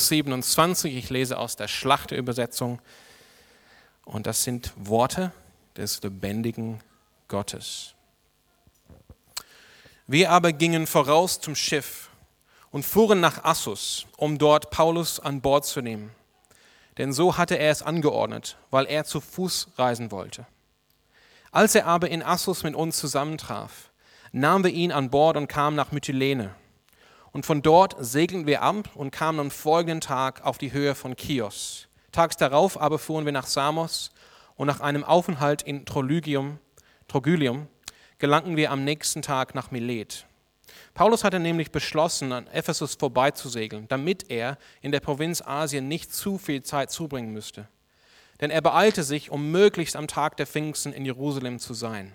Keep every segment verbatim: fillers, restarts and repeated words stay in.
siebenundzwanzig. Ich lese aus der Schlachterübersetzung. Und das sind Worte des lebendigen Gottes. Wir aber gingen voraus zum Schiff und fuhren nach Assos, um dort Paulus an Bord zu nehmen. Denn so hatte er es angeordnet, weil er zu Fuß reisen wollte. Als er aber in Assos mit uns zusammentraf, nahmen wir ihn an Bord und kamen nach Mytilene. Und von dort segelten wir ab und kamen am folgenden Tag auf die Höhe von Chios. Tags darauf aber fuhren wir nach Samos und nach einem Aufenthalt in Trolygium, Trogylium gelangten wir am nächsten Tag nach Milet. Paulus hatte nämlich beschlossen, an Ephesus vorbeizusegeln, damit er in der Provinz Asien nicht zu viel Zeit zubringen müsste. Denn er beeilte sich, um möglichst am Tag der Pfingsten in Jerusalem zu sein.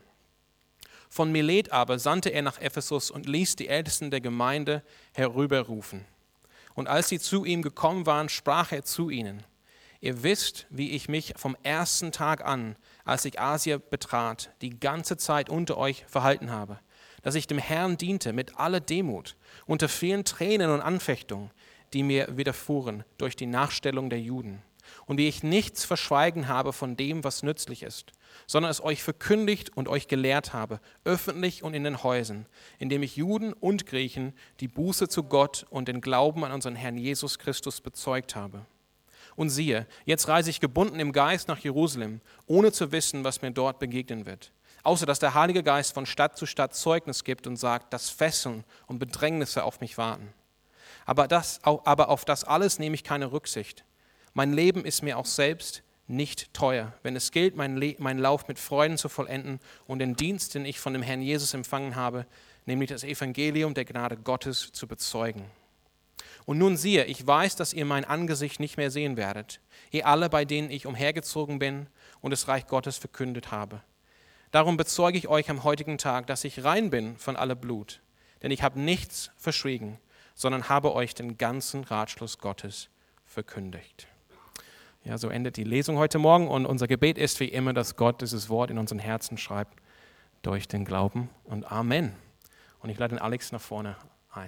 Von Milet aber sandte er nach Ephesus und ließ die Ältesten der Gemeinde herüberrufen. Und als sie zu ihm gekommen waren, sprach er zu ihnen: Ihr wisst, wie ich mich vom ersten Tag an, als ich Asien betrat, die ganze Zeit unter euch verhalten habe, dass ich dem Herrn diente mit aller Demut, unter vielen Tränen und Anfechtungen, die mir widerfuhren durch die Nachstellung der Juden. Und wie ich nichts verschweigen habe von dem, was nützlich ist, sondern es euch verkündigt und euch gelehrt habe, öffentlich und in den Häusern, indem ich Juden und Griechen die Buße zu Gott und den Glauben an unseren Herrn Jesus Christus bezeugt habe. Und siehe, jetzt reise ich gebunden im Geist nach Jerusalem, ohne zu wissen, was mir dort begegnen wird. Außer dass der Heilige Geist von Stadt zu Stadt Zeugnis gibt und sagt, dass Fesseln und Bedrängnisse auf mich warten. Aber, das, aber auf das alles nehme ich keine Rücksicht. Mein Leben ist mir auch selbst nicht teuer, wenn es gilt, meinen Le- mein Lauf mit Freuden zu vollenden und den Dienst, den ich von dem Herrn Jesus empfangen habe, nämlich das Evangelium der Gnade Gottes zu bezeugen. Und nun siehe, ich weiß, dass ihr mein Angesicht nicht mehr sehen werdet, ihr alle, bei denen ich umhergezogen bin und das Reich Gottes verkündet habe. Darum bezeuge ich euch am heutigen Tag, dass ich rein bin von aller Blut, denn ich habe nichts verschwiegen, sondern habe euch den ganzen Ratschluss Gottes verkündigt. Ja, so endet die Lesung heute Morgen und unser Gebet ist wie immer, dass Gott dieses Wort in unseren Herzen schreibt durch den Glauben und Amen. Und ich lade den Alex nach vorne ein.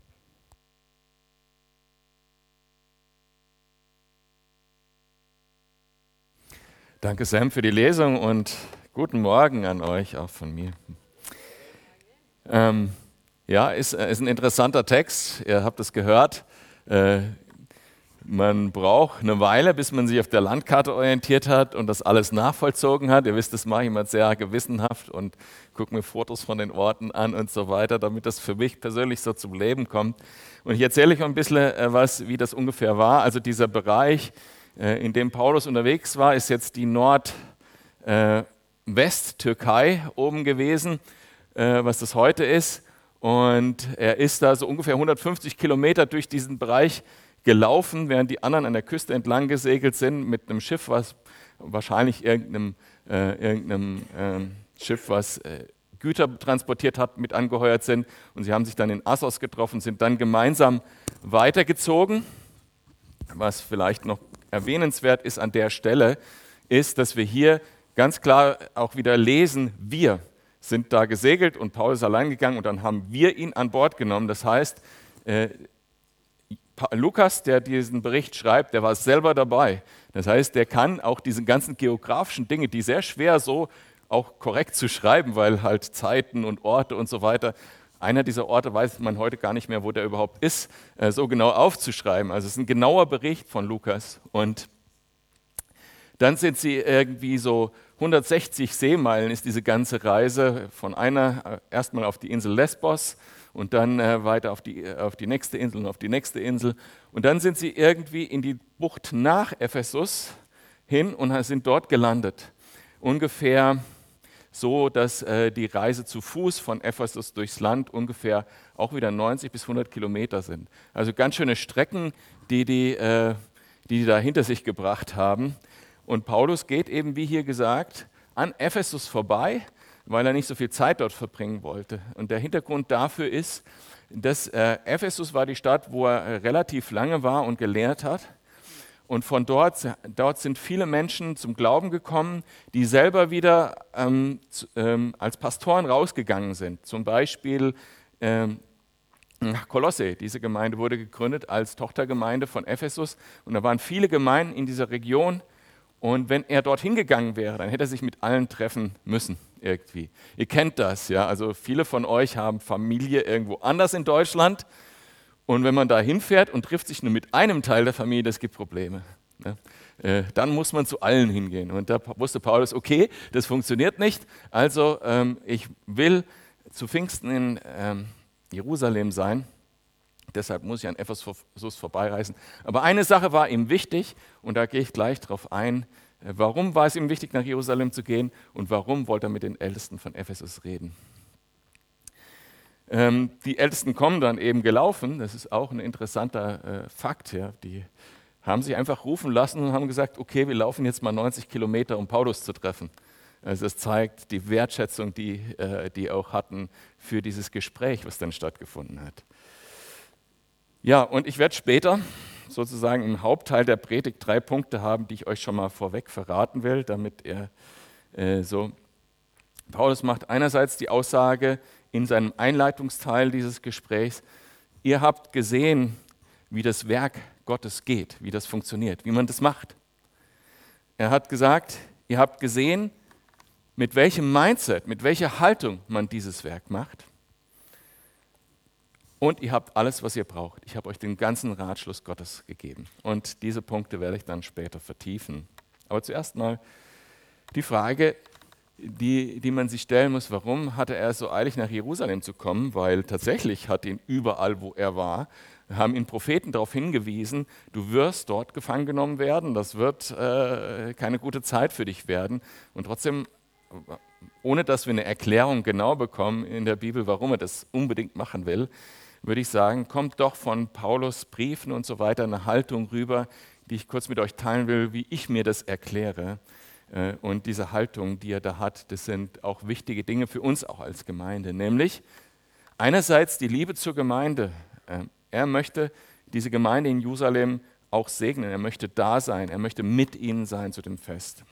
Danke Sam für die Lesung und guten Morgen an euch, auch von mir. Ähm, ja, ist, ist ein interessanter Text, ihr habt es gehört. Äh, Man braucht eine Weile, bis man sich auf der Landkarte orientiert hat und das alles nachvollzogen hat. Ihr wisst, das mache ich immer sehr gewissenhaft und gucke mir Fotos von den Orten an und so weiter, damit das für mich persönlich so zum Leben kommt. Und ich erzähle euch ein bisschen was, wie das ungefähr war. Also dieser Bereich, in dem Paulus unterwegs war, ist jetzt die Nordwest-Türkei oben gewesen, was das heute ist. Und er ist da so ungefähr hundertfünfzig Kilometer durch diesen Bereich gelaufen, während die anderen an der Küste entlang gesegelt sind mit einem Schiff, was wahrscheinlich irgendeinem, äh, irgendeinem äh, Schiff, was äh, Güter transportiert hat, mit angeheuert sind. Und sie haben sich dann in Assos getroffen, sind dann gemeinsam weitergezogen. Was vielleicht noch erwähnenswert ist an der Stelle, ist, dass wir hier ganz klar auch wieder lesen, wir sind da gesegelt und Paulus ist allein gegangen und dann haben wir ihn an Bord genommen. Das heißt, äh, Lukas, der diesen Bericht schreibt, der war selber dabei. Das heißt, der kann auch diese ganzen geografischen Dinge, die sehr schwer so auch korrekt zu schreiben, weil halt Zeiten und Orte und so weiter, einer dieser Orte weiß man heute gar nicht mehr, wo der überhaupt ist, so genau aufzuschreiben. Also es ist ein genauer Bericht von Lukas. Und dann sind sie irgendwie so hundertsechzig Seemeilen ist diese ganze Reise von einer erstmal auf die Insel Lesbos und dann äh, weiter auf die, auf die nächste Insel und auf die nächste Insel. Und dann sind sie irgendwie in die Bucht nach Ephesus hin und sind dort gelandet. Ungefähr so, dass äh, die Reise zu Fuß von Ephesus durchs Land ungefähr auch wieder neunzig bis hundert Kilometer sind. Also ganz schöne Strecken, die die, äh, die, die da hinter sich gebracht haben. Und Paulus geht eben, wie hier gesagt, an Ephesus vorbei, weil er nicht so viel Zeit dort verbringen wollte. Und der Hintergrund dafür ist, dass äh, Ephesus war die Stadt, wo er äh, relativ lange war und gelehrt hat. Und von dort, dort sind viele Menschen zum Glauben gekommen, die selber wieder ähm, zu, ähm, als Pastoren rausgegangen sind. Zum Beispiel ähm, Kolosse. Diese Gemeinde wurde gegründet als Tochtergemeinde von Ephesus und da waren viele Gemeinden in dieser Region und wenn er dorthin gegangen wäre, dann hätte er sich mit allen treffen müssen irgendwie. Ihr kennt das, ja, also viele von euch haben Familie irgendwo anders in Deutschland und wenn man da hinfährt und trifft sich nur mit einem Teil der Familie, das gibt Probleme. Ne? Äh, dann muss man zu allen hingehen und da wusste Paulus, okay, das funktioniert nicht, also ähm, ich will zu Pfingsten in ähm, Jerusalem sein, deshalb muss ich an Ephesus vorbeireisen. Aber eine Sache war ihm wichtig und da gehe ich gleich drauf ein. Warum war es ihm wichtig, nach Jerusalem zu gehen und warum wollte er mit den Ältesten von Ephesus reden? Ähm, die Ältesten kommen dann eben gelaufen, das ist auch ein interessanter äh, Fakt. Ja. Die haben sich einfach rufen lassen und haben gesagt, okay, wir laufen jetzt mal neunzig Kilometer, um Paulus zu treffen. Also das zeigt die Wertschätzung, die äh, die auch hatten für dieses Gespräch, was dann stattgefunden hat. Ja, und ich werde später sozusagen im Hauptteil der Predigt drei Punkte haben, die ich euch schon mal vorweg verraten will, damit er äh, so. Paulus macht einerseits die Aussage in seinem Einleitungsteil dieses Gesprächs, ihr habt gesehen, wie das Werk Gottes geht, wie das funktioniert, wie man das macht. Er hat gesagt, ihr habt gesehen, mit welchem Mindset, mit welcher Haltung man dieses Werk macht. Und ihr habt alles, was ihr braucht. Ich habe euch den ganzen Ratschluss Gottes gegeben. Und diese Punkte werde ich dann später vertiefen. Aber zuerst mal die Frage, die, die man sich stellen muss, warum hatte er so eilig nach Jerusalem zu kommen? Weil tatsächlich hat ihn überall, wo er war, haben ihn Propheten darauf hingewiesen, du wirst dort gefangen genommen werden, das wird äh, keine gute Zeit für dich werden. Und trotzdem, ohne dass wir eine Erklärung genau bekommen in der Bibel, warum er das unbedingt machen will, würde ich sagen, kommt doch von Paulus Briefen und so weiter eine Haltung rüber, die ich kurz mit euch teilen will, wie ich mir das erkläre. Und diese Haltung, die er da hat, das sind auch wichtige Dinge für uns auch als Gemeinde. Nämlich einerseits die Liebe zur Gemeinde. Er möchte diese Gemeinde in Jerusalem auch segnen. Er möchte da sein. Er möchte mit ihnen sein zu dem Fest.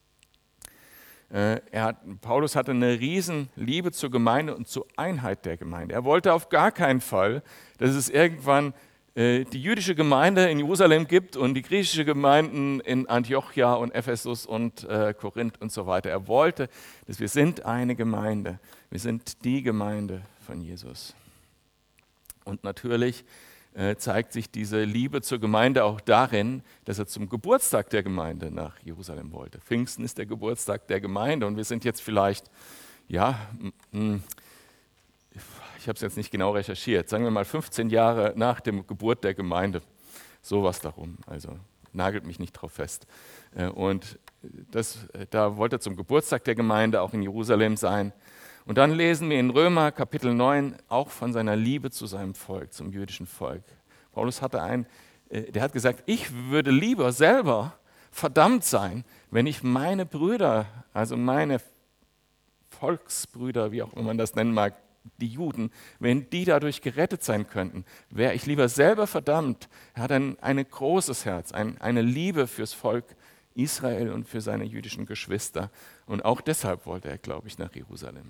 Er hat, Paulus hatte eine riesen Liebe zur Gemeinde und zur Einheit der Gemeinde. Er wollte auf gar keinen Fall, dass es irgendwann äh, die jüdische Gemeinde in Jerusalem gibt und die griechische Gemeinden in Antiochia und Ephesus und äh, Korinth und so weiter. Er wollte, dass wir sind eine Gemeinde. Wir sind die Gemeinde von Jesus. Und natürlich äh, zeigt sich diese Liebe zur Gemeinde auch darin, dass er zum Geburtstag der Gemeinde nach Jerusalem wollte. Pfingsten ist der Geburtstag der Gemeinde und wir sind jetzt vielleicht, ja, mh, ich habe es jetzt nicht genau recherchiert, sagen wir mal fünfzehn Jahre nach der Geburt der Gemeinde, sowas darum, also nagelt mich nicht drauf fest. Äh, und das, da wollte er zum Geburtstag der Gemeinde auch in Jerusalem sein. Und dann lesen wir in Römer Kapitel neun auch von seiner Liebe zu seinem Volk, zum jüdischen Volk. Paulus hatte ein, der hat gesagt, ich würde lieber selber verdammt sein, wenn ich meine Brüder, also meine Volksbrüder, wie auch immer man das nennen mag, die Juden, wenn die dadurch gerettet sein könnten, wäre ich lieber selber verdammt. Er hat ein, ein großes Herz, ein, eine Liebe fürs Volk Israel und für seine jüdischen Geschwister. Und auch deshalb wollte er, glaube ich, nach Jerusalem.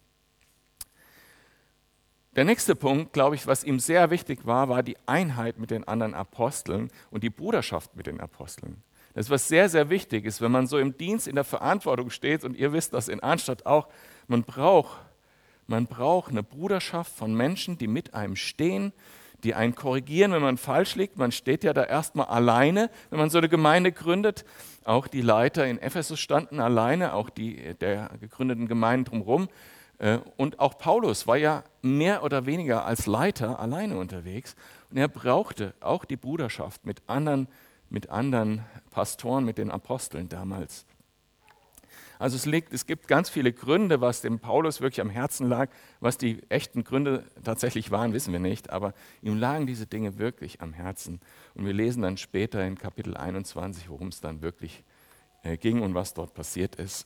Der nächste Punkt, glaube ich, was ihm sehr wichtig war, war die Einheit mit den anderen Aposteln und die Bruderschaft mit den Aposteln. Das ist was sehr, sehr wichtig ist, wenn man so im Dienst, in der Verantwortung steht, und ihr wisst das in Arnstadt auch, man braucht, man braucht eine Bruderschaft von Menschen, die mit einem stehen, die einen korrigieren, wenn man falsch liegt. Man steht ja da erstmal alleine, wenn man so eine Gemeinde gründet. Auch die Leiter in Ephesus standen alleine, auch die der gegründeten Gemeinden drumherum. Und auch Paulus war ja mehr oder weniger als Leiter alleine unterwegs. Und er brauchte auch die Bruderschaft mit anderen, mit anderen Pastoren, mit den Aposteln damals. Also es, liegt, es gibt ganz viele Gründe, was dem Paulus wirklich am Herzen lag. Was die echten Gründe tatsächlich waren, wissen wir nicht. Aber ihm lagen diese Dinge wirklich am Herzen. Und wir lesen dann später in Kapitel einundzwanzig, worum es dann wirklich ging und was dort passiert ist.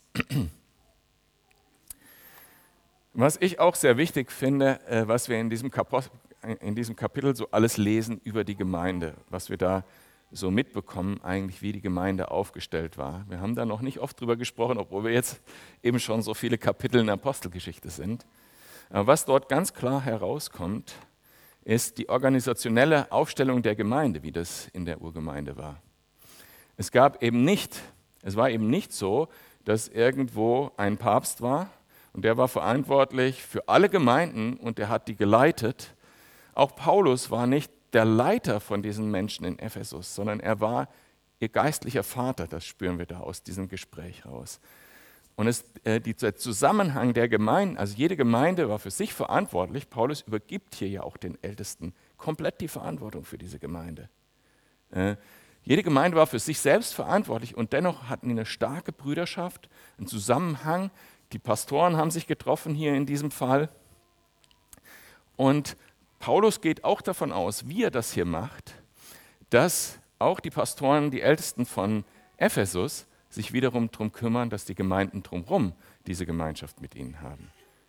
Was ich auch sehr wichtig finde, was wir in diesem, Kapos- in diesem Kapitel so alles lesen über die Gemeinde, was wir da so mitbekommen, eigentlich wie die Gemeinde aufgestellt war. Wir haben da noch nicht oft drüber gesprochen, obwohl wir jetzt eben schon so viele Kapitel in der Apostelgeschichte sind. Aber was dort ganz klar herauskommt, ist die organisationelle Aufstellung der Gemeinde, wie das in der Urgemeinde war. Es gab eben nicht, es war eben nicht so, dass irgendwo ein Papst war und der war verantwortlich für alle Gemeinden und der hat die geleitet. Auch Paulus war nicht der Leiter von diesen Menschen in Ephesus, sondern er war ihr geistlicher Vater. Das spüren wir da aus diesem Gespräch raus. Und es, äh, die, der Zusammenhang der Gemeinden, also jede Gemeinde war für sich verantwortlich. Paulus übergibt hier ja auch den Ältesten komplett die Verantwortung für diese Gemeinde. Äh, jede Gemeinde war für sich selbst verantwortlich und dennoch hatten die eine starke Brüderschaft, einen Zusammenhang. Die Pastoren haben sich getroffen hier in diesem Fall. Und Paulus geht auch davon aus, wie er das hier macht, dass auch die Pastoren, die Ältesten von Ephesus, sich wiederum darum kümmern, dass die Gemeinden drumherum diese Gemeinschaft mit ihnen haben.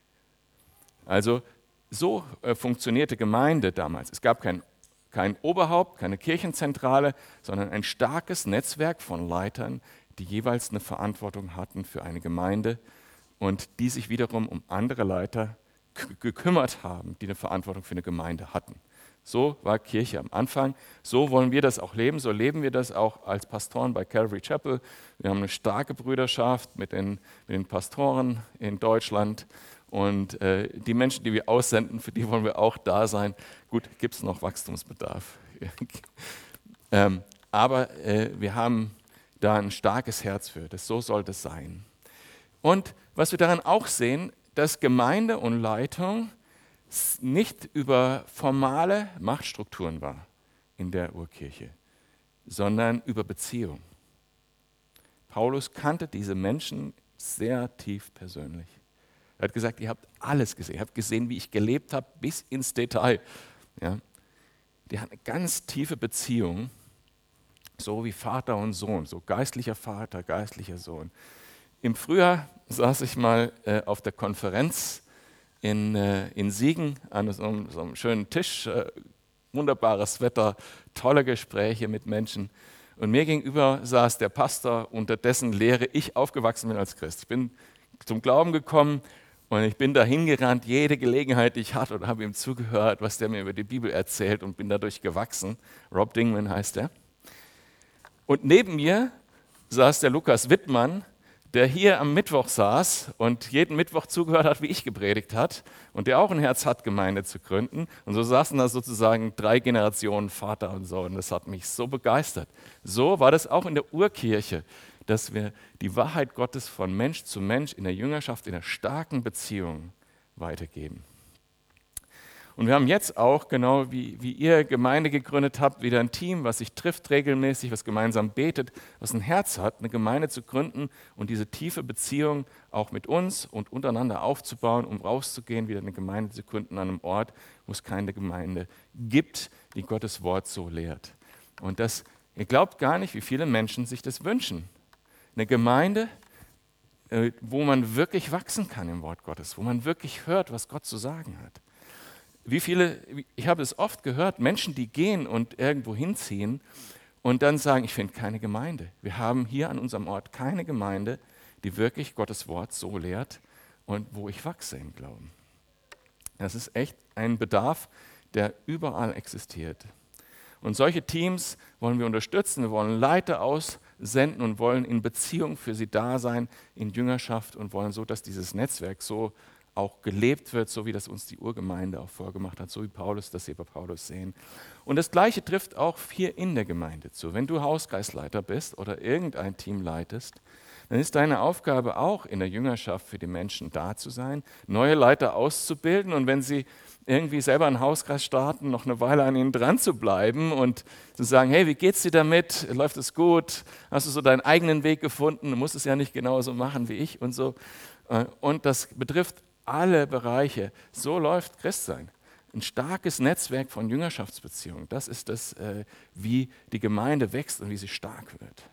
Also so äh, funktionierte Gemeinde damals. Es gab kein, kein Oberhaupt, keine Kirchenzentrale, sondern ein starkes Netzwerk von Leitern, die jeweils eine Verantwortung hatten für eine Gemeinde und die sich wiederum um andere Leiter gekümmert haben, die eine Verantwortung für eine Gemeinde hatten. So war Kirche am Anfang. So wollen wir das auch leben. So leben wir das auch als Pastoren bei Calvary Chapel. Wir haben eine starke Brüderschaft mit den, mit den Pastoren in Deutschland. Und äh, die Menschen, die wir aussenden, für die wollen wir auch da sein. Gut, gibt es noch Wachstumsbedarf. ähm, aber äh, wir haben da ein starkes Herz für. Das, so soll das sein. Und was wir daran auch sehen, dass Gemeinde und Leitung nicht über formale Machtstrukturen war in der Urkirche, sondern über Beziehung. Paulus kannte diese Menschen sehr tief persönlich. Er hat gesagt, ihr habt alles gesehen. Ihr habt gesehen, wie ich gelebt habe, bis ins Detail. Ja. Die hatten eine ganz tiefe Beziehung, so wie Vater und Sohn, so geistlicher Vater, geistlicher Sohn. Im Frühjahr saß ich mal äh, auf der Konferenz in, äh, in Siegen an so, so einem schönen Tisch, äh, wunderbares Wetter, tolle Gespräche mit Menschen. Und mir gegenüber saß der Pastor, unter dessen Lehre ich aufgewachsen bin als Christ. Ich bin zum Glauben gekommen und ich bin dahin gerannt, jede Gelegenheit, die ich hatte, und habe ihm zugehört, was der mir über die Bibel erzählt und bin dadurch gewachsen. Rob Dingman heißt er. Und neben mir saß der Lukas Wittmann, der hier am Mittwoch saß und jeden Mittwoch zugehört hat, wie ich gepredigt hat und der auch ein Herz hat, Gemeinde zu gründen. Und so saßen da sozusagen drei Generationen Vater und Sohn. Das hat mich so begeistert. So war das auch in der Urkirche, dass wir die Wahrheit Gottes von Mensch zu Mensch in der Jüngerschaft, in einer starken Beziehung weitergeben. Und wir haben jetzt auch, genau wie, wie ihr Gemeinde gegründet habt, wieder ein Team, was sich trifft regelmäßig, was gemeinsam betet, was ein Herz hat, eine Gemeinde zu gründen und diese tiefe Beziehung auch mit uns und untereinander aufzubauen, um rauszugehen, wieder eine Gemeinde zu gründen an einem Ort, wo es keine Gemeinde gibt, die Gottes Wort so lehrt. Und das, ihr glaubt gar nicht, wie viele Menschen sich das wünschen. Eine Gemeinde, wo man wirklich wachsen kann im Wort Gottes, wo man wirklich hört, was Gott zu sagen hat. Wie viele, ich habe es oft gehört, Menschen, die gehen und irgendwo hinziehen und dann sagen, ich finde keine Gemeinde. Wir haben hier an unserem Ort keine Gemeinde, die wirklich Gottes Wort so lehrt und wo ich wachse im Glauben. Das ist echt ein Bedarf, der überall existiert. Und solche Teams wollen wir unterstützen, wir wollen Leiter aussenden und wollen in Beziehung für sie da sein, in Jüngerschaft und wollen so, dass dieses Netzwerk so auch gelebt wird, so wie das uns die Urgemeinde auch vorgemacht hat, so wie Paulus das hier bei Paulus sehen. Und das Gleiche trifft auch hier in der Gemeinde zu. Wenn du Hauskreisleiter bist oder irgendein Team leitest, dann ist deine Aufgabe auch in der Jüngerschaft für die Menschen da zu sein, neue Leiter auszubilden und wenn sie irgendwie selber einen Hauskreis starten, noch eine Weile an ihnen dran zu bleiben und zu sagen, hey, wie geht's dir damit? Läuft es gut? Hast du so deinen eigenen Weg gefunden? Du musst es ja nicht genauso machen wie ich und so. Und das betrifft alle Bereiche. So läuft Christsein. Ein starkes Netzwerk von Jüngerschaftsbeziehungen. Das ist das, wie die Gemeinde wächst und wie sie stark wird.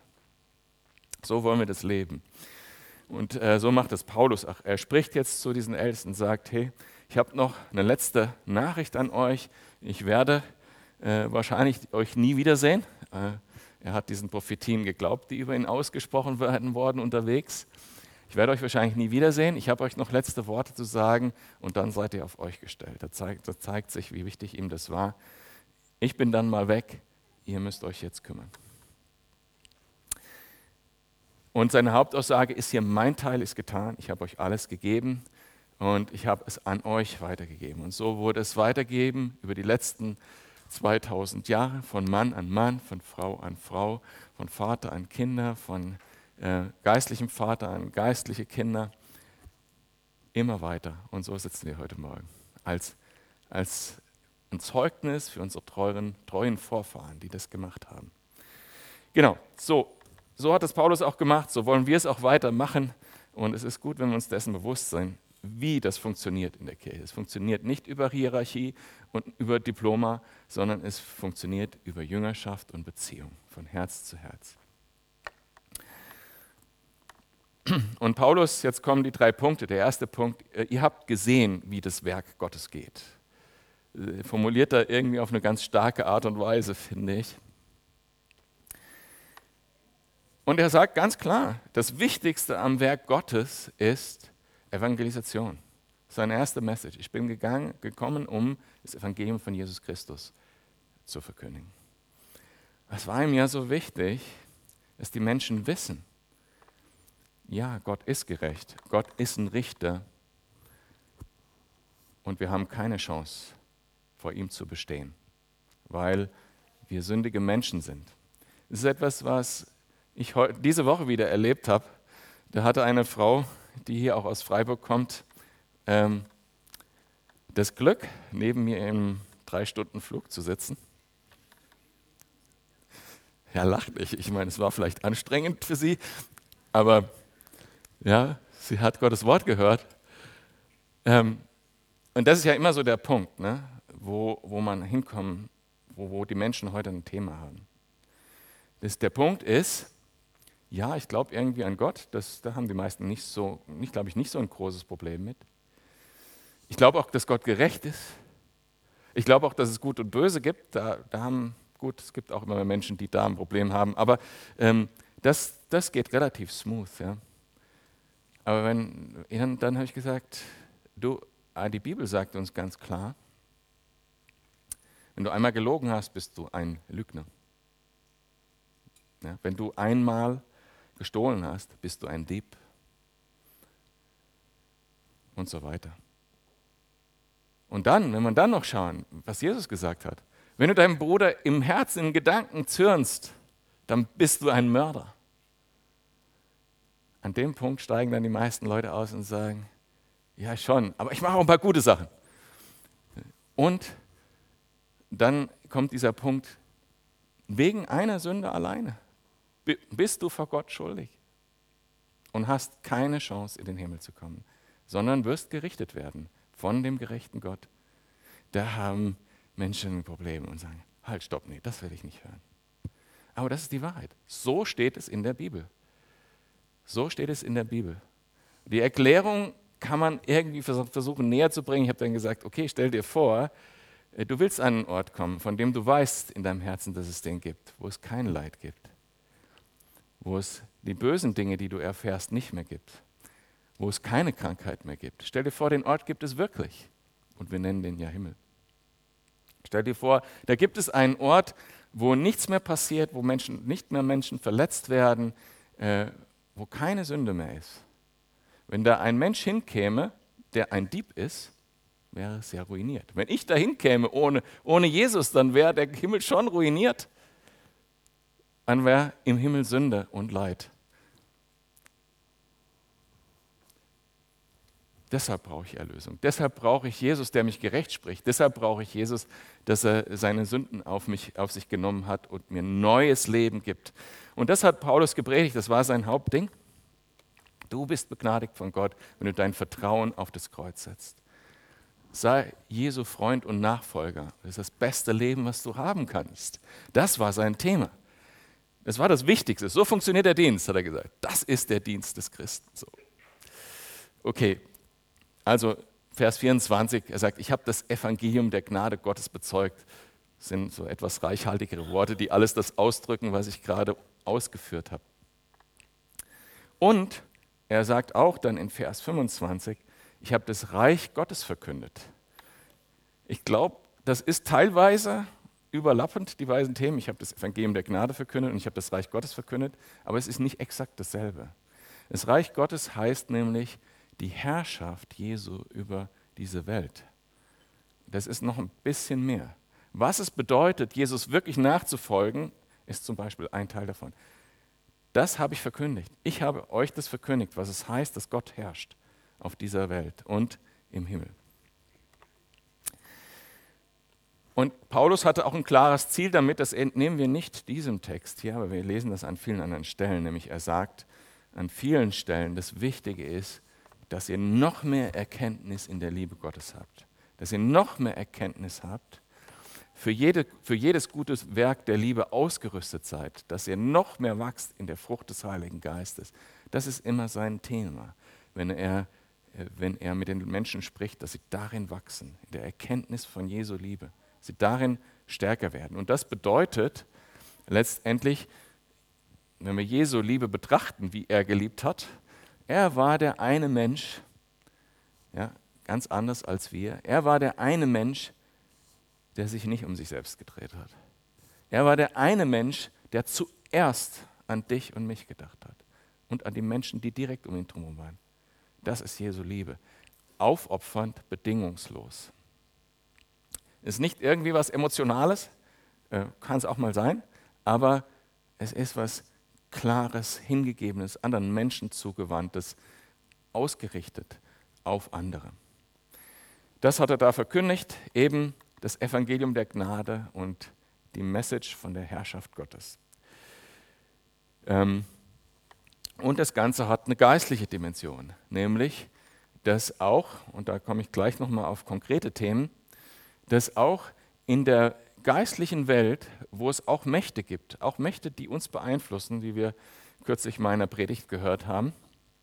So wollen wir das leben. Und äh, so macht es Paulus auch. Er spricht jetzt zu diesen Ältesten und sagt, hey, ich habe noch eine letzte Nachricht an euch. Ich werde äh, wahrscheinlich euch nie wiedersehen. Äh, er hat diesen Prophetien geglaubt, die über ihn ausgesprochen werden worden unterwegs. ich werde euch wahrscheinlich nie wiedersehen, ich habe euch noch letzte Worte zu sagen und dann seid ihr auf euch gestellt. Da zeigt, da zeigt sich, wie wichtig ihm das war. Ich bin dann mal weg, ihr müsst euch jetzt kümmern. Und seine Hauptaussage ist hier, mein Teil ist getan, ich habe euch alles gegeben und ich habe es an euch weitergegeben. Und so wurde es weitergegeben über die letzten zweitausend Jahre, von Mann an Mann, von Frau an Frau, von Vater an Kinder, von äh, geistlichem Vater an geistliche Kinder, immer weiter. Und so sitzen wir heute Morgen als, als ein Zeugnis für unsere treuen, treuen Vorfahren, die das gemacht haben. Genau, so, so hat es Paulus auch gemacht, so wollen wir es auch weitermachen. Und es ist gut, wenn wir uns dessen bewusst sind, wie das funktioniert in der Kirche. Es funktioniert nicht über Hierarchie und über Diploma, sondern es funktioniert über Jüngerschaft und Beziehung, von Herz zu Herz. Und Paulus, jetzt kommen die drei Punkte. Der erste Punkt, ihr habt gesehen, wie das Werk Gottes geht. Formuliert er irgendwie auf eine ganz starke Art und Weise, finde ich. Und er sagt ganz klar, das Wichtigste am Werk Gottes ist Evangelisation. Seine erste Message. Ich bin gegangen, gekommen, um das Evangelium von Jesus Christus zu verkündigen. Es war ihm ja so wichtig, dass die Menschen wissen, ja, Gott ist gerecht, Gott ist ein Richter und wir haben keine Chance, vor ihm zu bestehen, weil wir sündige Menschen sind. Das ist etwas, was ich diese Woche wieder erlebt habe. Da hatte eine Frau, die hier auch aus Freiburg kommt, ähm, das Glück, neben mir im drei Stunden Flug zu sitzen. Ja, lacht nicht. Ich meine, es war vielleicht anstrengend für sie, aber ja, sie hat Gottes Wort gehört. Ähm, und das ist ja immer so der Punkt, ne? wo, wo man hinkommt, wo, wo die Menschen heute ein Thema haben. Das, der Punkt ist, ja, ich glaube irgendwie an Gott, das, da haben die meisten nicht so, nicht, glaube ich, nicht so ein großes Problem mit. Ich glaube auch, dass Gott gerecht ist. Ich glaube auch, dass es Gut und Böse gibt. Da, da haben, gut, es gibt auch immer mehr Menschen, die da ein Problem haben, aber ähm, das, das geht relativ smooth. Ja. Aber wenn, dann, dann habe ich gesagt, du, die Bibel sagt uns ganz klar, wenn du einmal gelogen hast, bist du ein Lügner. Ja, wenn du einmal gestohlen hast, bist du ein Dieb. Und so weiter. Und dann, wenn man dann noch schauen, was Jesus gesagt hat, wenn du deinem Bruder im Herzen, in Gedanken zürnst, dann bist du ein Mörder. An dem Punkt steigen dann die meisten Leute aus und sagen, ja schon, aber ich mache auch ein paar gute Sachen. Und dann kommt dieser Punkt, wegen einer Sünde alleine bist du vor Gott schuldig und hast keine Chance, in den Himmel zu kommen, sondern wirst gerichtet werden von dem gerechten Gott. Da haben Menschen ein Problem und sagen, halt, stopp, nee, das will ich nicht hören. Aber das ist die Wahrheit. So steht es in der Bibel. So steht es in der Bibel. Die Erklärung kann man irgendwie versuchen näher zu bringen. Ich habe dann gesagt, okay, stell dir vor, du willst an einen Ort kommen, von dem du weißt in deinem Herzen, dass es den gibt, wo es kein Leid gibt, wo es die bösen Dinge, die du erfährst, nicht mehr gibt, wo es keine Krankheit mehr gibt. Stell dir vor, den Ort gibt es wirklich und wir nennen den ja Himmel. Stell dir vor, da gibt es einen Ort, wo nichts mehr passiert, wo Menschen, nicht mehr Menschen verletzt werden, äh, wo keine Sünde mehr ist. Wenn da ein Mensch hinkäme, der ein Dieb ist, wäre es ja ruiniert. Wenn ich da hinkäme ohne, ohne Jesus, dann wäre der Himmel schon ruiniert. Dann wäre im Himmel Sünde und Leid. Deshalb brauche ich Erlösung. Deshalb brauche ich Jesus, der mich gerecht spricht. Deshalb brauche ich Jesus, dass er seine Sünden auf mich, auf sich genommen hat und mir neues Leben gibt. Und das hat Paulus gepredigt, das war sein Hauptding. Du bist begnadigt von Gott, wenn du dein Vertrauen auf das Kreuz setzt. Sei Jesu Freund und Nachfolger. Das ist das beste Leben, was du haben kannst. Das war sein Thema. Das war das Wichtigste. So funktioniert der Dienst, hat er gesagt. Das ist der Dienst des Christen. So. Okay. Also Vers vierundzwanzig, er sagt, ich habe das Evangelium der Gnade Gottes bezeugt. Das sind so etwas reichhaltigere Worte, die alles das ausdrücken, was ich gerade ausgeführt habe. Und er sagt auch dann in Vers fünfundzwanzig, ich habe das Reich Gottes verkündet. Ich glaube, das ist teilweise überlappend, die beiden Themen. Ich habe das Evangelium der Gnade verkündet und ich habe das Reich Gottes verkündet, aber es ist nicht exakt dasselbe. Das Reich Gottes heißt nämlich die Herrschaft Jesu über diese Welt. Das ist noch ein bisschen mehr. Was es bedeutet, Jesus wirklich nachzufolgen, ist zum Beispiel ein Teil davon. Das habe ich verkündigt. Ich habe euch das verkündigt, was es heißt, dass Gott herrscht auf dieser Welt und im Himmel. Und Paulus hatte auch ein klares Ziel damit, das entnehmen wir nicht diesem Text hier, aber wir lesen das an vielen anderen Stellen, nämlich er sagt an vielen Stellen, das Wichtige ist, dass ihr noch mehr Erkenntnis in der Liebe Gottes habt, dass ihr noch mehr Erkenntnis habt, für, jede, für jedes gute Werk der Liebe ausgerüstet seid, dass ihr noch mehr wachst in der Frucht des Heiligen Geistes. Das ist immer sein Thema, wenn er, wenn er mit den Menschen spricht, dass sie darin wachsen, in der Erkenntnis von Jesu Liebe. Sie darin stärker werden. Und das bedeutet letztendlich, wenn wir Jesu Liebe betrachten, wie er geliebt hat, er war der eine Mensch, ja, ganz anders als wir, er war der eine Mensch, der sich nicht um sich selbst gedreht hat. Er war der eine Mensch, der zuerst an dich und mich gedacht hat und an die Menschen, die direkt um ihn herum waren. Das ist Jesu Liebe. Aufopfernd, bedingungslos. Ist nicht irgendwie was Emotionales, äh, kann es auch mal sein, aber es ist was Klares, Hingegebenes, anderen Menschen zugewandtes, ausgerichtet auf andere. Das hat er da verkündigt, eben das Evangelium der Gnade und die Message von der Herrschaft Gottes. Ähm, und das Ganze hat eine geistliche Dimension, nämlich, dass auch, und da komme ich gleich nochmal auf konkrete Themen, dass auch in der geistlichen Welt, wo es auch Mächte gibt, auch Mächte, die uns beeinflussen, wie wir kürzlich in meiner Predigt gehört haben,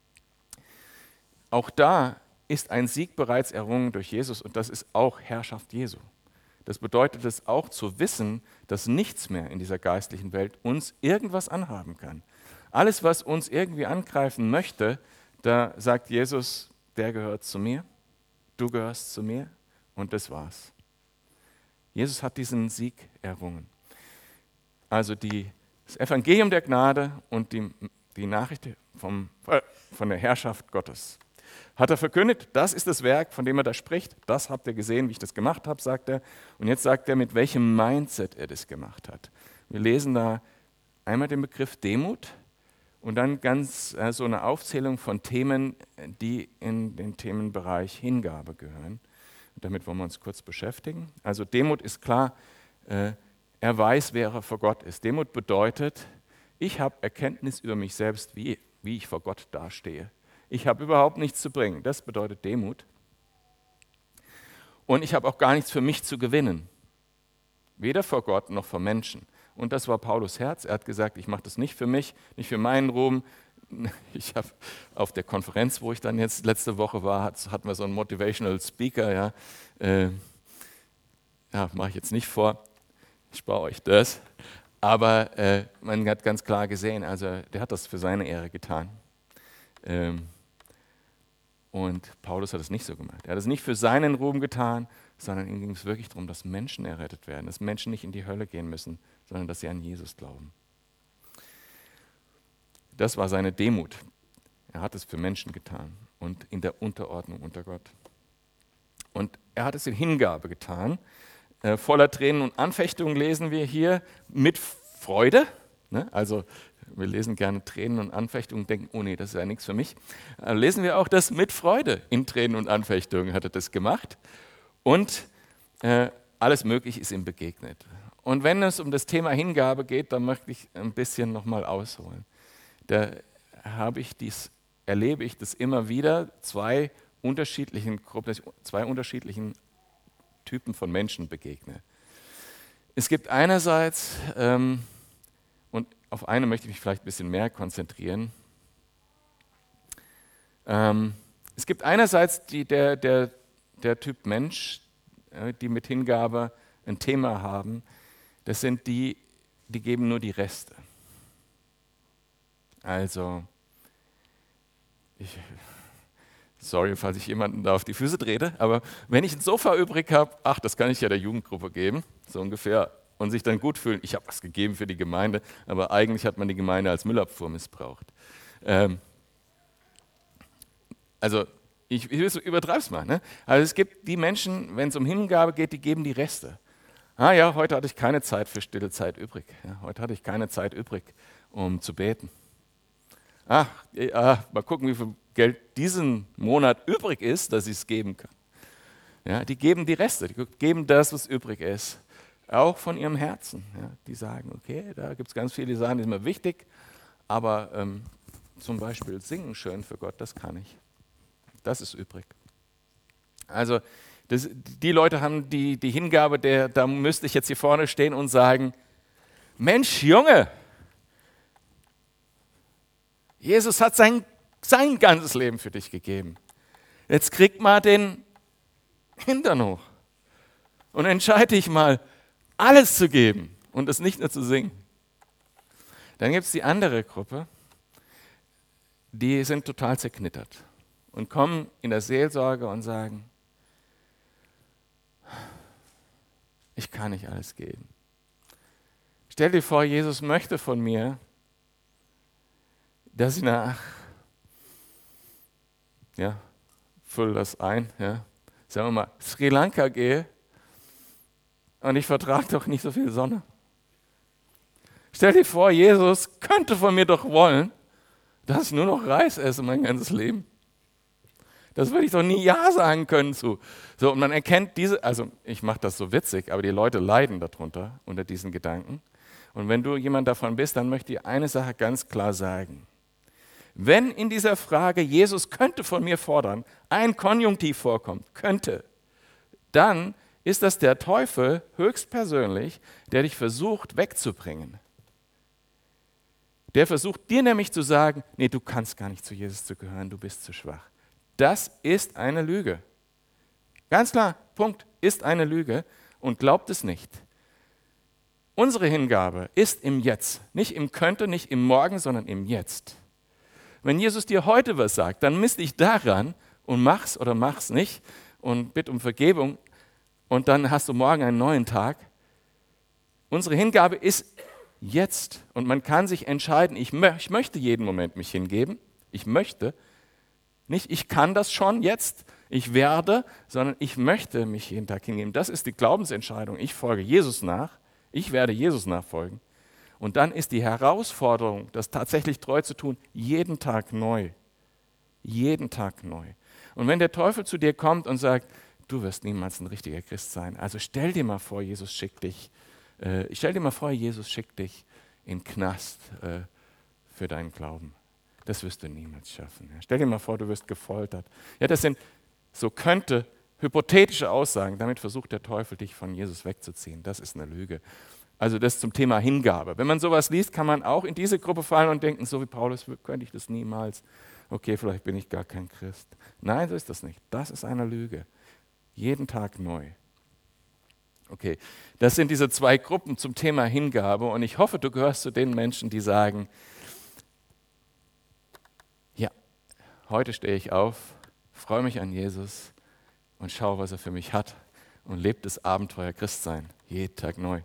auch da ist ein Sieg bereits errungen durch Jesus und das ist auch Herrschaft Jesu. Das bedeutet es auch zu wissen, dass nichts mehr in dieser geistlichen Welt uns irgendwas anhaben kann. Alles, was uns irgendwie angreifen möchte, da sagt Jesus, der gehört zu mir, du gehörst zu mir und das war's. Jesus hat diesen Sieg errungen. Also die, das Evangelium der Gnade und die, die Nachricht vom, von der Herrschaft Gottes. Hat er verkündet, das ist das Werk, von dem er da spricht. Das habt ihr gesehen, wie ich das gemacht habe, sagt er. Und jetzt sagt er, mit welchem Mindset er das gemacht hat. Wir lesen da einmal den Begriff Demut und dann ganz äh, so eine Aufzählung von Themen, die in den Themenbereich Hingabe gehören. Damit wollen wir uns kurz beschäftigen. Also Demut ist klar, äh, er weiß, wer er vor Gott ist. Demut bedeutet, ich habe Erkenntnis über mich selbst, wie, wie ich vor Gott dastehe. Ich habe überhaupt nichts zu bringen. Das bedeutet Demut. Und ich habe auch gar nichts für mich zu gewinnen. Weder vor Gott noch vor Menschen. Und das war Paulus Herz. Er hat gesagt, ich mache das nicht für mich, nicht für meinen Ruhm. Ich habe auf der Konferenz, wo ich dann jetzt letzte Woche war, hat, hatten wir so einen Motivational Speaker. Ja, äh, ja mache ich jetzt nicht vor. Ich spare euch das. Aber äh, man hat ganz klar gesehen, also der hat das für seine Ehre getan. Ähm, Und Paulus hat es nicht so gemacht. Er hat es nicht für seinen Ruhm getan, sondern ihm ging es wirklich darum, dass Menschen errettet werden, dass Menschen nicht in die Hölle gehen müssen, sondern dass sie an Jesus glauben. Das war seine Demut. Er hat es für Menschen getan und in der Unterordnung unter Gott. Und er hat es in Hingabe getan. Äh, voller Tränen und Anfechtungen lesen wir hier mit Freude. Ne? Also wir lesen gerne Tränen und Anfechtungen und denken, oh nee, das ist ja nichts für mich. Äh, lesen wir auch das mit Freude. In Tränen und Anfechtungen hat er das gemacht. Und äh, alles Mögliche ist ihm begegnet. Und wenn es um das Thema Hingabe geht, dann möchte ich ein bisschen nochmal ausholen. Da habe ich dies, erlebe ich das immer wieder, zwei unterschiedlichen Gruppen, zwei unterschiedlichen Typen von Menschen begegne. Es gibt einerseits, ähm, und auf eine möchte ich mich vielleicht ein bisschen mehr konzentrieren, ähm, es gibt einerseits die, der, der, der Typ Mensch, äh, die mit Hingabe ein Thema haben, das sind die, die geben nur die Reste. Also ich, sorry, falls ich jemanden da auf die Füße trete, aber wenn ich ein Sofa übrig habe, ach, das kann ich ja der Jugendgruppe geben, so ungefähr, und sich dann gut fühlen, ich habe was gegeben für die Gemeinde, aber eigentlich hat man die Gemeinde als Müllabfuhr missbraucht. Ähm, also, ich, ich übertreibe es mal. Ne? Also es gibt die Menschen, wenn es um Hingabe geht, die geben die Reste. Ah ja, heute hatte ich keine Zeit für stille Zeit übrig. Ja, heute hatte ich keine Zeit übrig, um zu beten. Ach, ja, mal gucken, wie viel Geld diesen Monat übrig ist, dass ich es geben kann. Ja, die geben die Reste, die geben das, was übrig ist. Auch von ihrem Herzen. Ja, die sagen, okay, da gibt es ganz viele, die sagen, das ist mir wichtig, aber ähm, zum Beispiel singen schön für Gott, das kann ich. Das ist übrig. Also das, die Leute haben die, die Hingabe, der, da müsste ich jetzt hier vorne stehen und sagen, Mensch, Junge, Jesus hat sein, sein ganzes Leben für dich gegeben. Jetzt krieg mal den Hintern hoch und entscheide dich mal, alles zu geben und es nicht nur zu singen. Dann gibt es die andere Gruppe, die sind total zerknittert und kommen in der Seelsorge und sagen, ich kann nicht alles geben. Stell dir vor, Jesus möchte von mir, dass ich nach, ja, füll das ein, ja, sagen wir mal, Sri Lanka gehe und ich vertrage doch nicht so viel Sonne. Stell dir vor, Jesus könnte von mir doch wollen, dass ich nur noch Reis esse mein ganzes Leben. Das würde ich doch nie Ja sagen können zu. So, und man erkennt diese, also ich mache das so witzig, aber die Leute leiden darunter, unter diesen Gedanken. Und wenn du jemand davon bist, dann möchte ich eine Sache ganz klar sagen. Wenn in dieser Frage, Jesus könnte von mir fordern, ein Konjunktiv vorkommt, könnte, dann ist das der Teufel höchstpersönlich, der dich versucht wegzubringen. Der versucht dir nämlich zu sagen, nee, du kannst gar nicht zu Jesus zu gehören, du bist zu schwach. Das ist eine Lüge. Ganz klar, Punkt, ist eine Lüge und glaubt es nicht. Unsere Hingabe ist im Jetzt, nicht im Könnte, nicht im Morgen, sondern im Jetzt. Wenn Jesus dir heute was sagt, dann misst dich daran und mach's oder mach's nicht und bitt um Vergebung und dann hast du morgen einen neuen Tag. Unsere Hingabe ist jetzt und man kann sich entscheiden, ich, mö- ich möchte jeden Moment mich hingeben, ich möchte, nicht ich kann das schon jetzt, ich werde, sondern ich möchte mich jeden Tag hingeben. Das ist die Glaubensentscheidung, ich folge Jesus nach, ich werde Jesus nachfolgen. Und dann ist die Herausforderung, das tatsächlich treu zu tun, jeden Tag neu. Jeden Tag neu. Und wenn der Teufel zu dir kommt und sagt, du wirst niemals ein richtiger Christ sein, also stell dir mal vor, Jesus schickt dich, äh, stell dir mal vor, Jesus schickt dich in den Knast äh, für deinen Glauben. Das wirst du niemals schaffen. Ja. Stell dir mal vor, du wirst gefoltert. Ja, das sind so könnte hypothetische Aussagen. Damit versucht der Teufel, dich von Jesus wegzuziehen. Das ist eine Lüge. Also das zum Thema Hingabe. Wenn man sowas liest, kann man auch in diese Gruppe fallen und denken, so wie Paulus könnte ich das niemals. Okay, vielleicht bin ich gar kein Christ. Nein, so ist das nicht. Das ist eine Lüge. Jeden Tag neu. Okay, das sind diese zwei Gruppen zum Thema Hingabe und ich hoffe, du gehörst zu den Menschen, die sagen, ja, heute stehe ich auf, freue mich an Jesus und schaue, was er für mich hat und lebe das Abenteuer Christsein, jeden Tag neu.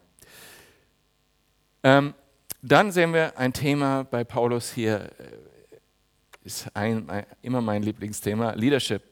Ähm, dann sehen wir ein Thema bei Paulus hier, ist ein, ein, immer mein Lieblingsthema, Leadership.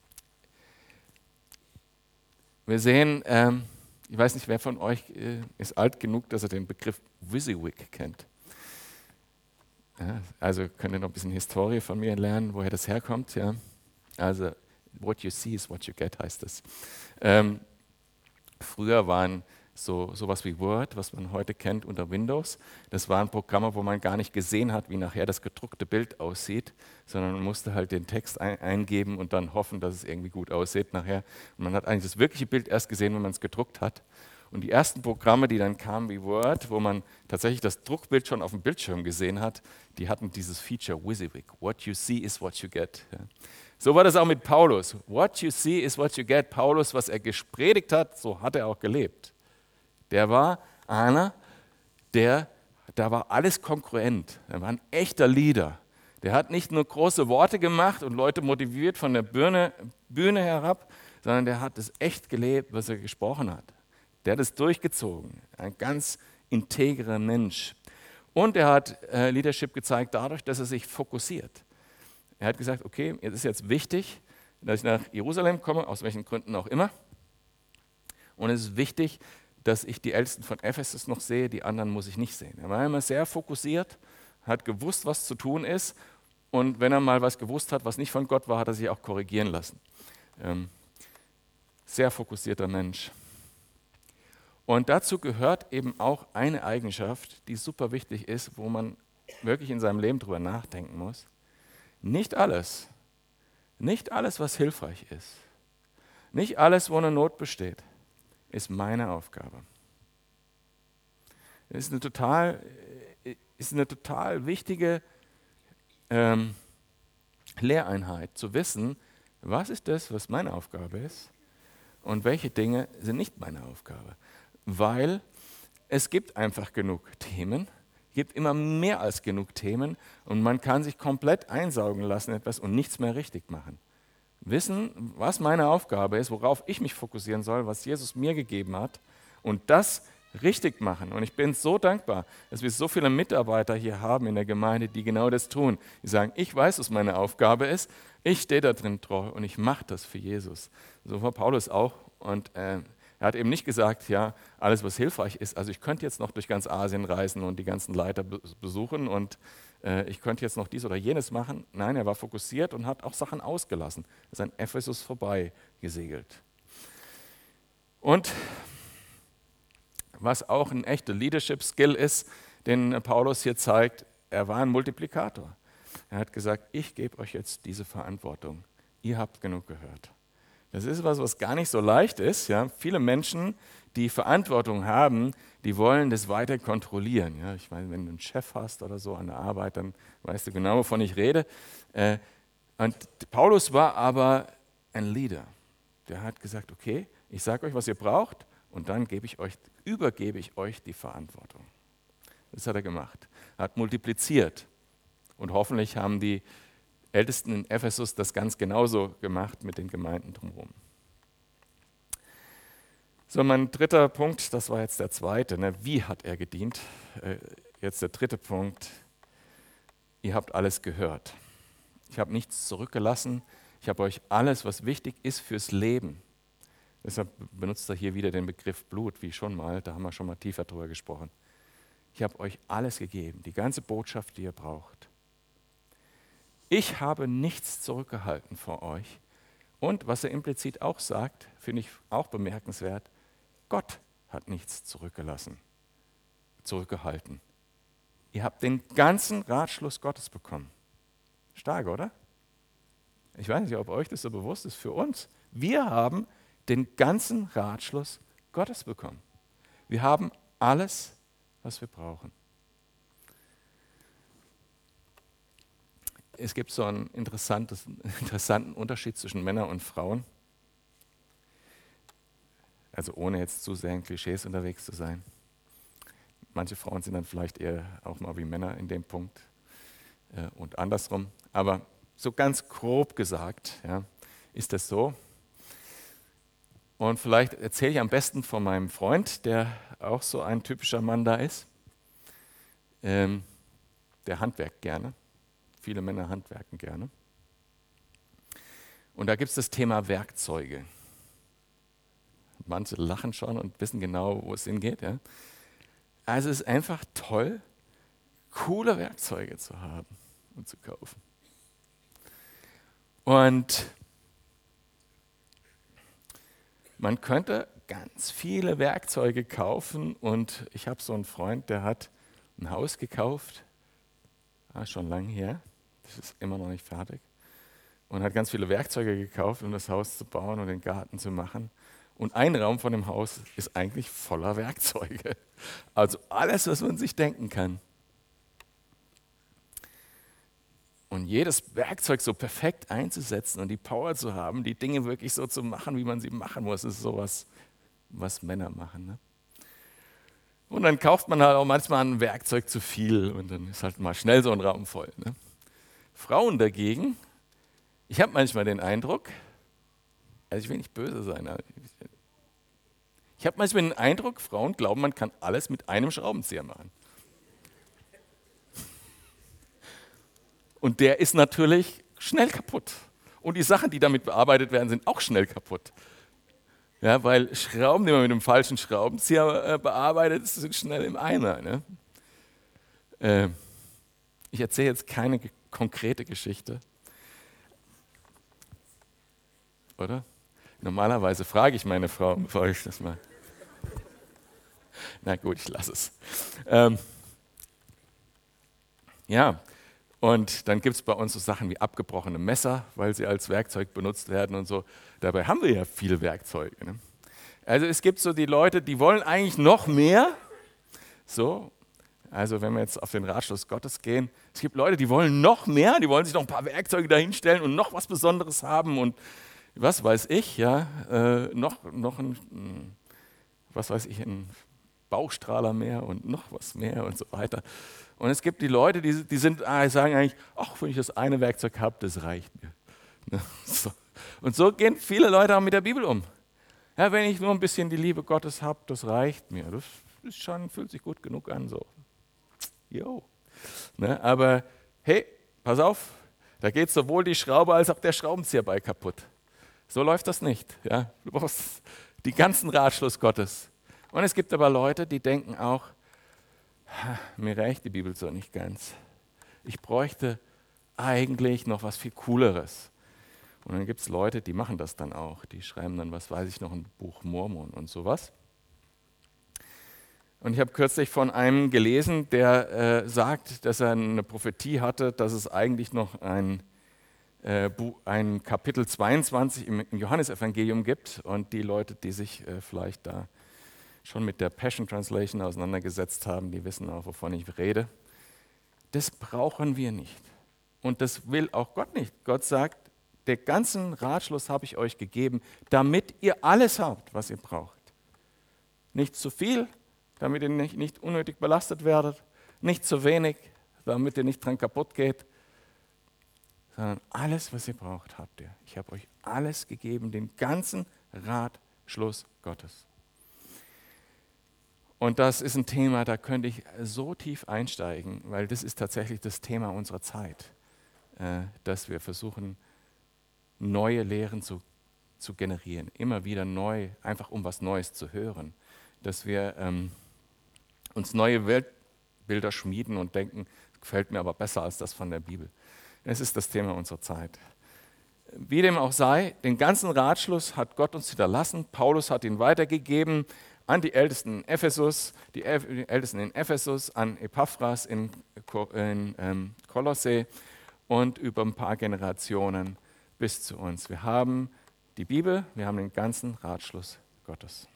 Wir sehen, ähm, ich weiß nicht, wer von euch äh, ist alt genug, dass er den Begriff WYSIWYG kennt. Ja, also könnt ihr noch ein bisschen Historie von mir lernen, woher das herkommt. Ja? Also, what you see is what you get, heißt es. Ähm, früher waren so sowas wie Word, was man heute kennt unter Windows, das waren Programme, wo man gar nicht gesehen hat, wie nachher das gedruckte Bild aussieht, sondern man musste halt den Text ein, eingeben und dann hoffen, dass es irgendwie gut aussieht nachher. Und man hat eigentlich das wirkliche Bild erst gesehen, wenn man es gedruckt hat. Und die ersten Programme, die dann kamen wie Word, wo man tatsächlich das Druckbild schon auf dem Bildschirm gesehen hat, die hatten dieses Feature WYSIWYG. What you see is what you get. Ja. So war das auch mit Paulus. What you see is what you get. Paulus, was er gepredigt hat, so hat er auch gelebt. Der war einer, der, da war alles kongruent. Er war ein echter Leader. Der hat nicht nur große Worte gemacht und Leute motiviert von der Bühne, Bühne herab, sondern der hat es echt gelebt, was er gesprochen hat. Der hat es durchgezogen. Ein ganz integrer Mensch. Und er hat äh, Leadership gezeigt dadurch, dass er sich fokussiert. Er hat gesagt, okay, es ist jetzt wichtig, dass ich nach Jerusalem komme, aus welchen Gründen auch immer. Und es ist wichtig, dass ich die Ältesten von Ephesus noch sehe, die anderen muss ich nicht sehen. Er war immer sehr fokussiert, hat gewusst, was zu tun ist. Und wenn er mal was gewusst hat, was nicht von Gott war, hat er sich auch korrigieren lassen. Ähm, sehr fokussierter Mensch. Und dazu gehört eben auch eine Eigenschaft, die super wichtig ist, wo man wirklich in seinem Leben drüber nachdenken muss. Nicht alles, nicht alles, was hilfreich ist, nicht alles, wo eine Not besteht, ist meine Aufgabe. Das ist eine total, ist eine total wichtige ähm, Lehreinheit, zu wissen, was ist das, was meine Aufgabe ist und welche Dinge sind nicht meine Aufgabe. Weil es gibt einfach genug Themen, gibt immer mehr als genug Themen und man kann sich komplett einsaugen lassen etwas und nichts mehr richtig machen. Wissen, was meine Aufgabe ist, worauf ich mich fokussieren soll, was Jesus mir gegeben hat und das richtig machen. Und ich bin so dankbar, dass wir so viele Mitarbeiter hier haben in der Gemeinde, die genau das tun. Die sagen, ich weiß, was meine Aufgabe ist, ich stehe da drin treu und ich mache das für Jesus. So war Paulus auch und äh, er hat eben nicht gesagt, ja, alles, was hilfreich ist, also ich könnte jetzt noch durch ganz Asien reisen und die ganzen Leiter besuchen und äh, ich könnte jetzt noch dies oder jenes machen. Nein, er war fokussiert und hat auch Sachen ausgelassen. Er ist an Ephesus vorbei gesegelt. Und was auch ein echter Leadership-Skill ist, den Paulus hier zeigt, er war ein Multiplikator. Er hat gesagt, ich gebe euch jetzt diese Verantwortung. Ihr habt genug gehört. Das ist was, was gar nicht so leicht ist. Ja. Viele Menschen, die Verantwortung haben, die wollen das weiter kontrollieren. Ja. Ich meine, wenn du einen Chef hast oder so an der Arbeit, dann weißt du genau, wovon ich rede. Äh, und Paulus war aber ein Leader. Der hat gesagt, okay, ich sage euch, was ihr braucht und dann gebe ich euch, übergebe ich euch die Verantwortung. Das hat er gemacht. Er hat multipliziert. Und hoffentlich haben die Ältesten in Ephesus das ganz genauso gemacht mit den Gemeinden drumherum. So, mein dritter Punkt, das war jetzt der zweite. Ne? Wie hat er gedient? Äh, jetzt der dritte Punkt. Ihr habt alles gehört. Ich habe nichts zurückgelassen. Ich habe euch alles, was wichtig ist fürs Leben. Deshalb benutzt er hier wieder den Begriff Blut, wie schon mal. Da haben wir schon mal tiefer drüber gesprochen. Ich habe euch alles gegeben, die ganze Botschaft, die ihr braucht. Ich habe nichts zurückgehalten vor euch. Und was er implizit auch sagt, finde ich auch bemerkenswert, Gott hat nichts zurückgelassen, zurückgehalten. Ihr habt den ganzen Ratschluss Gottes bekommen. Stark, oder? Ich weiß nicht, ob euch das so bewusst ist. Für uns, wir haben den ganzen Ratschluss Gottes bekommen. Wir haben alles, was wir brauchen. Es gibt so einen interessanten Unterschied zwischen Männern und Frauen. Also ohne jetzt zu sehr in Klischees unterwegs zu sein. Manche Frauen sind dann vielleicht eher auch mal wie Männer in dem Punkt äh, und andersrum. Aber so ganz grob gesagt, ja, ist das so. Und vielleicht erzähle ich am besten von meinem Freund, der auch so ein typischer Mann da ist. Ähm, der handwerkt gerne. Viele Männer handwerken gerne. Und da gibt es das Thema Werkzeuge. Manche lachen schon und wissen genau, wo es hingeht. Ja? Also es ist einfach toll, coole Werkzeuge zu haben und zu kaufen. Und man könnte ganz viele Werkzeuge kaufen und ich habe so einen Freund, der hat ein Haus gekauft, ah, schon lange her, das ist immer noch nicht fertig, und hat ganz viele Werkzeuge gekauft, um das Haus zu bauen und den Garten zu machen. Und ein Raum von dem Haus ist eigentlich voller Werkzeuge. Also alles, was man sich denken kann. Und jedes Werkzeug so perfekt einzusetzen und die Power zu haben, die Dinge wirklich so zu machen, wie man sie machen muss, ist sowas, was Männer machen. Ne? Und dann kauft man halt auch manchmal ein Werkzeug zu viel und dann ist halt mal schnell so ein Raum voll. Ne? Frauen dagegen, ich habe manchmal den Eindruck, also ich will nicht böse sein, aber ich habe manchmal den Eindruck, Frauen glauben, man kann alles mit einem Schraubenzieher machen. Und der ist natürlich schnell kaputt. Und die Sachen, die damit bearbeitet werden, sind auch schnell kaputt. Ja, weil Schrauben, die man mit einem falschen Schraubenzieher äh, bearbeitet, sind schnell im Eimer. Ne? Äh, ich erzähle jetzt keine ge- konkrete Geschichte. Oder? Normalerweise frage ich meine Frau, bevor ich das mal... Na gut, ich lasse es. Ähm, ja, und dann gibt es bei uns so Sachen wie abgebrochene Messer, weil sie als Werkzeug benutzt werden und so. Dabei haben wir ja viele Werkzeuge. Ne? Also es gibt so die Leute, die wollen eigentlich noch mehr. So, also wenn wir jetzt auf den Ratschluss Gottes gehen, es gibt Leute, die wollen noch mehr, die wollen sich noch ein paar Werkzeuge dahinstellen und noch was Besonderes haben und was weiß ich, ja, äh, noch, noch ein, was weiß ich, ein Baustrahler mehr und noch was mehr und so weiter. Und es gibt die Leute, die, die sind, ah, sagen eigentlich, ach, wenn ich das eine Werkzeug habe, das reicht mir. Ne? So. Und so gehen viele Leute auch mit der Bibel um. Ja, wenn ich nur ein bisschen die Liebe Gottes habe, das reicht mir. Das ist schon, fühlt sich gut genug an. So. Jo. Ne? Aber hey, pass auf, da geht sowohl die Schraube als auch der Schraubenzieher bei kaputt. So läuft das nicht. Ja? Du brauchst den ganzen Ratschluss Gottes. Und es gibt aber Leute, die denken auch, mir reicht die Bibel so nicht ganz. Ich bräuchte eigentlich noch was viel Cooleres. Und dann gibt es Leute, die machen das dann auch. Die schreiben dann, was weiß ich noch, ein Buch Mormon und sowas. Und ich habe kürzlich von einem gelesen, der äh, sagt, dass er eine Prophetie hatte, dass es eigentlich noch ein, äh, ein Kapitel zweiundzwanzig im, im Johannesevangelium gibt. Und die Leute, die sich äh, vielleicht da schon mit der Passion Translation auseinandergesetzt haben, die wissen auch, wovon ich rede. Das brauchen wir nicht. Und das will auch Gott nicht. Gott sagt, den ganzen Ratschluss habe ich euch gegeben, damit ihr alles habt, was ihr braucht. Nicht zu viel, damit ihr nicht, nicht unnötig belastet werdet, nicht zu wenig, damit ihr nicht dran kaputt geht, sondern alles, was ihr braucht, habt ihr. Ich habe euch alles gegeben, den ganzen Ratschluss Gottes. Und das ist ein Thema, da könnte ich so tief einsteigen, weil das ist tatsächlich das Thema unserer Zeit, äh, dass wir versuchen, neue Lehren zu, zu generieren, immer wieder neu, einfach um was Neues zu hören, dass wir ähm, uns neue Weltbilder schmieden und denken, das gefällt mir aber besser als das von der Bibel. Es ist das Thema unserer Zeit. Wie dem auch sei, den ganzen Ratschluss hat Gott uns hinterlassen, Paulus hat ihn weitergegeben an die Ältesten in Ephesus, die Ältesten in Ephesus, an Epaphras in, in ähm, Kolosse und über ein paar Generationen bis zu uns. Wir haben die Bibel, wir haben den ganzen Ratschluss Gottes.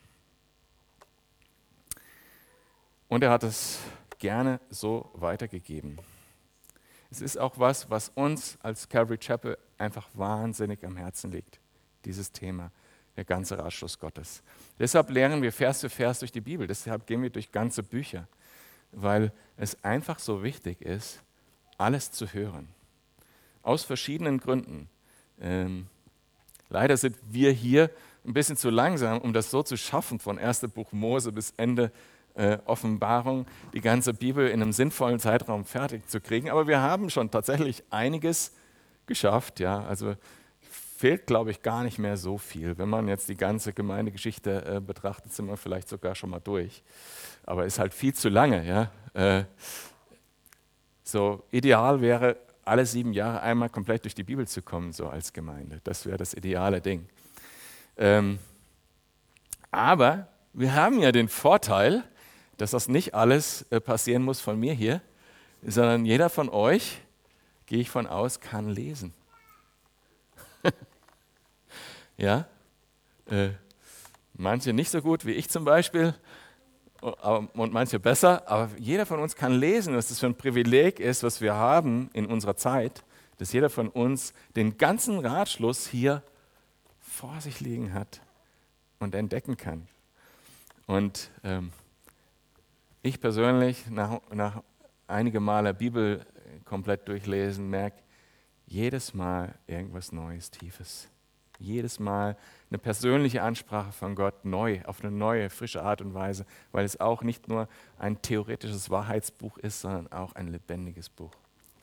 Und er hat es gerne so weitergegeben. Es ist auch was, was uns als Calvary Chapel einfach wahnsinnig am Herzen liegt, dieses Thema, der ganze Ratschluss Gottes. Deshalb lernen wir Vers für Vers durch die Bibel, deshalb gehen wir durch ganze Bücher, weil es einfach so wichtig ist, alles zu hören. Aus verschiedenen Gründen. Ähm, leider sind wir hier ein bisschen zu langsam, um das so zu schaffen, von erstem Buch Mose bis Ende äh, Offenbarung, die ganze Bibel in einem sinnvollen Zeitraum fertig zu kriegen. Aber wir haben schon tatsächlich einiges geschafft. Ja? Also fehlt, glaube ich, gar nicht mehr so viel. Wenn man jetzt die ganze Gemeindegeschichte äh, betrachtet, sind wir vielleicht sogar schon mal durch. Aber ist halt viel zu lange. Ja? Äh, so ideal wäre, alle sieben Jahre einmal komplett durch die Bibel zu kommen, so als Gemeinde. Das wäre das ideale Ding. Ähm, aber wir haben ja den Vorteil, dass das nicht alles äh, passieren muss von mir hier, sondern jeder von euch, gehe ich von aus, kann lesen. Ja? Äh, manche nicht so gut wie ich zum Beispiel und manche besser, aber jeder von uns kann lesen, was das für ein Privileg ist, was wir haben in unserer Zeit, dass jeder von uns den ganzen Ratschluss hier vor sich liegen hat und entdecken kann. Und ähm, ich persönlich, nach, nach einige Male Bibel komplett durchlesen, merke, jedes Mal irgendwas Neues, Tiefes. Jedes Mal eine persönliche Ansprache von Gott neu, auf eine neue, frische Art und Weise, weil es auch nicht nur ein theoretisches Wahrheitsbuch ist, sondern auch ein lebendiges Buch.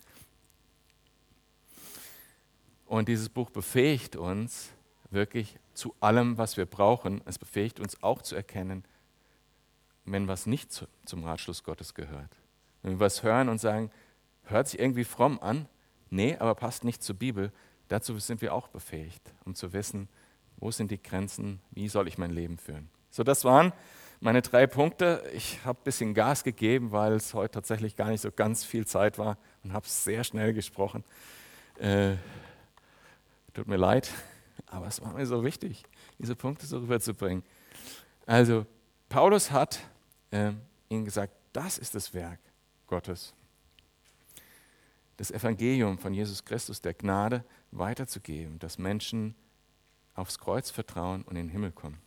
Und dieses Buch befähigt uns wirklich zu allem, was wir brauchen. Es befähigt uns auch zu erkennen, wenn was nicht zu, zum Ratschluss Gottes gehört. Wenn wir was hören und sagen, hört sich irgendwie fromm an, nee, aber passt nicht zur Bibel, dazu sind wir auch befähigt, um zu wissen, wo sind die Grenzen, wie soll ich mein Leben führen. So, das waren meine drei Punkte. Ich habe ein bisschen Gas gegeben, weil es heute tatsächlich gar nicht so ganz viel Zeit war und habe sehr schnell gesprochen. Äh, tut mir leid, aber es war mir so wichtig, diese Punkte so rüberzubringen. Also, Paulus hat äh, ihnen gesagt, das ist das Werk Gottes. Das Evangelium von Jesus Christus, der Gnade, weiterzugeben, dass Menschen aufs Kreuz vertrauen und in den Himmel kommen.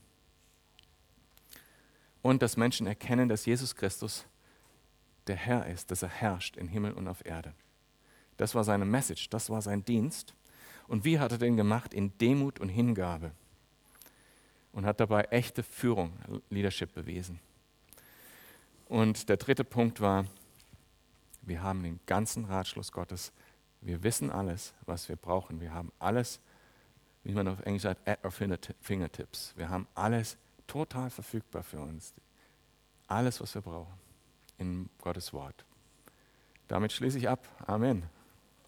Und dass Menschen erkennen, dass Jesus Christus der Herr ist, dass er herrscht in Himmel und auf Erde. Das war seine Message, das war sein Dienst. Und wie hat er den gemacht? In Demut und Hingabe. Und hat dabei echte Führung, Leadership bewiesen. Und der dritte Punkt war, wir haben den ganzen Ratschluss Gottes. Wir wissen alles, was wir brauchen. Wir haben alles, wie man auf Englisch sagt, at our fingertips. Wir haben alles total verfügbar für uns. Alles, was wir brauchen in Gottes Wort. Damit schließe ich ab. Amen.